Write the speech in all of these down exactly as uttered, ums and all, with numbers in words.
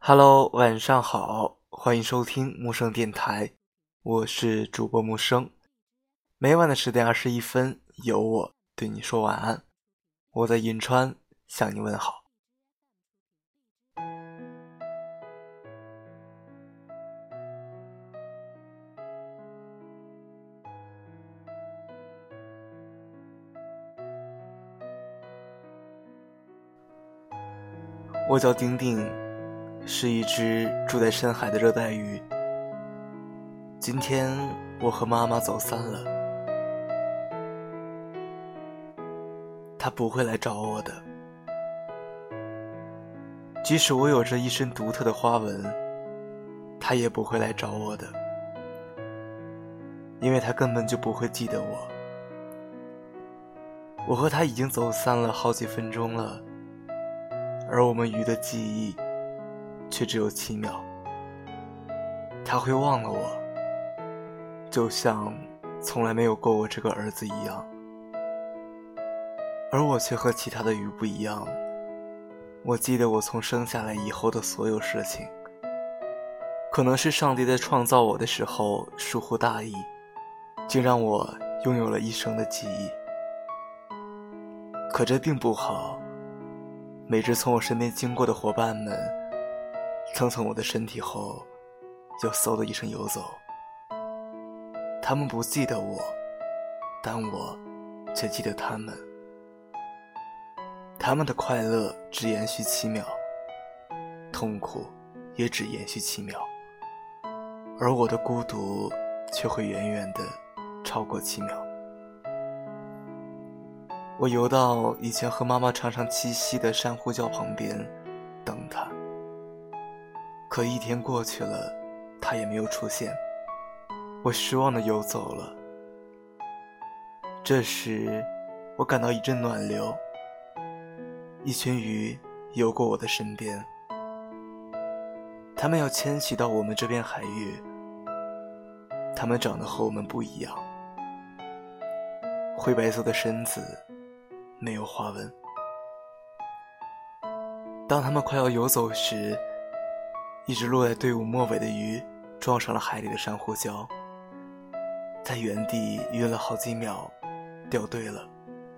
Hello，晚上好，欢迎收听木生电台，我是主播木生。每晚的十点二十一分，有我对你说晚安。我在银川向你问好。我叫丁丁，是一只住在深海的热带鱼。今天我和妈妈走散了，她不会来找我的。即使我有着一身独特的花纹，她也不会来找我的，因为她根本就不会记得我。我和她已经走散了好几分钟了，而我们鱼的记忆却只有七秒。她会忘了我，就像从来没有过我这个儿子一样。而我却和其他的鱼不一样，我记得我从生下来以后的所有事情。可能是上帝在创造我的时候疏忽大意，竟让我拥有了一生的记忆。可这并不好，每只从我身边经过的伙伴们蹭蹭我的身体后，就嗖的一声游走。他们不记得我，但我却记得他们。他们的快乐只延续七秒，痛苦也只延续七秒，而我的孤独却会远远地超过七秒。我游到以前和妈妈常常栖息的珊瑚礁旁边等她，可一天过去了，她也没有出现。我失望地游走了。这时我感到一阵暖流，一群鱼游过我的身边，它们要迁徙到我们这片海域。它们长得和我们不一样，灰白色的身子，没有花纹。当它们快要游走时，一只落在队伍末尾的鱼撞上了海里的珊瑚礁，在原地晕了好几秒，掉队了。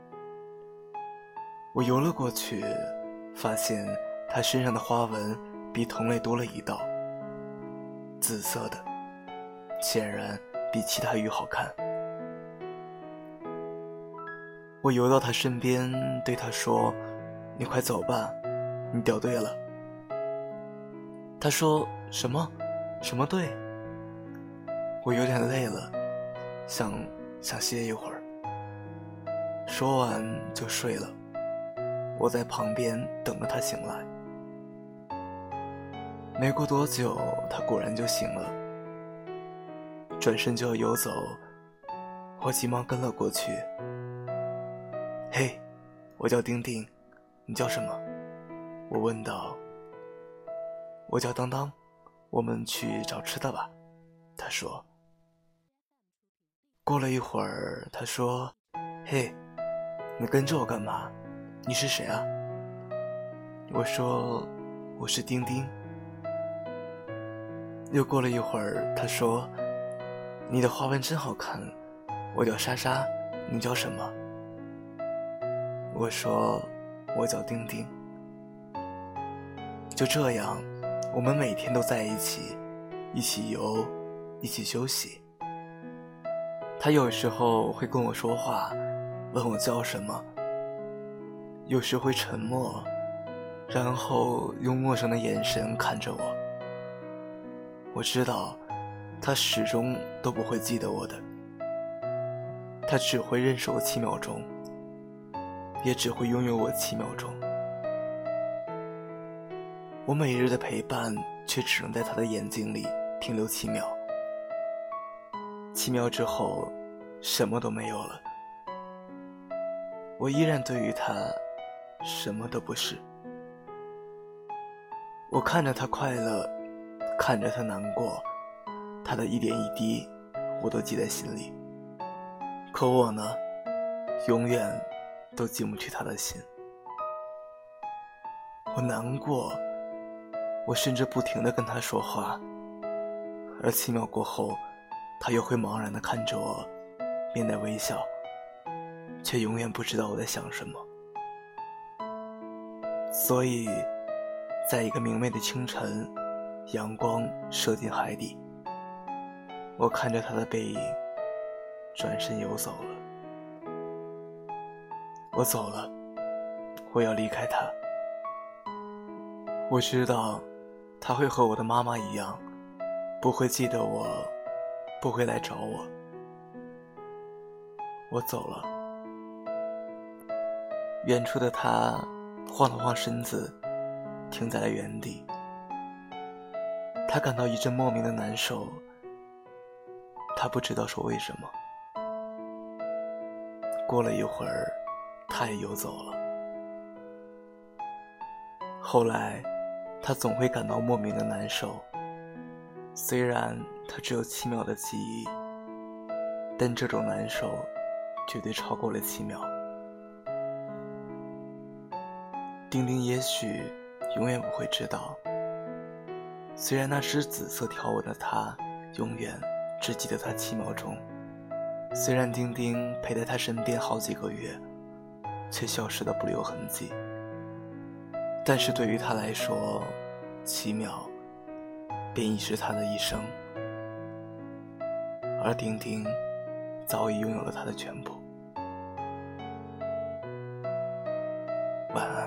我游了过去，发现它身上的花纹比同类多了一道，紫色的，显然比其他鱼好看。我游到它身边，对它说：“你快走吧，你掉队了。”他说：“什么？什么队？”我有点累了，想想歇一会儿。说完就睡了。我在旁边等着他醒来。没过多久，他果然就醒了，转身就要游走，我急忙跟了过去。“嘿，我叫丁丁，你叫什么？”我问道。“我叫当当，我们去找吃的吧。”他说。过了一会儿，他说：“嘿，你跟着我干嘛？你是谁啊？”我说：“我是丁丁。”又过了一会儿，他说：“你的花纹真好看，我叫莎莎，你叫什么？”我说：“我叫丁丁。”就这样，我们每天都在一起，一起游，一起休息。他有时候会跟我说话，问我叫什么，有时会沉默，然后用陌生的眼神看着我。我知道他始终都不会记得我的，他只会认识我七秒钟，也只会拥有我七秒钟。我每日的陪伴却只能在他的眼睛里停留七秒，七秒之后什么都没有了。我依然对于他什么都不是。我看着他快乐，看着他难过，他的一点一滴我都记在心里。可我呢，永远都进不去他的心。我难过， 我甚至不停地跟他说话，而七秒过后，他又会茫然地看着我，面带微笑，却永远不知道我在想什么。所以在一个明媚的清晨，阳光射进海底，我看着他的背影转身游走了。我走了，我要离开他。我知道他会和我的妈妈一样，不会记得我，不会来找我。我走了。远处的他晃了晃身子，停在了原地。他感到一阵莫名的难受，他不知道说为什么。过了一会儿，他也游走了。后来他总会感到莫名的难受，虽然他只有七秒的记忆，但这种难受绝对超过了七秒。丁丁也许永远不会知道，虽然那只紫色条纹的他永远只记得他七秒钟，虽然丁丁陪在他身边好几个月，却消失得不留痕迹，但是对于他来说，七秒便已是他的一生，而丁丁早已拥有了他的全部。晚安。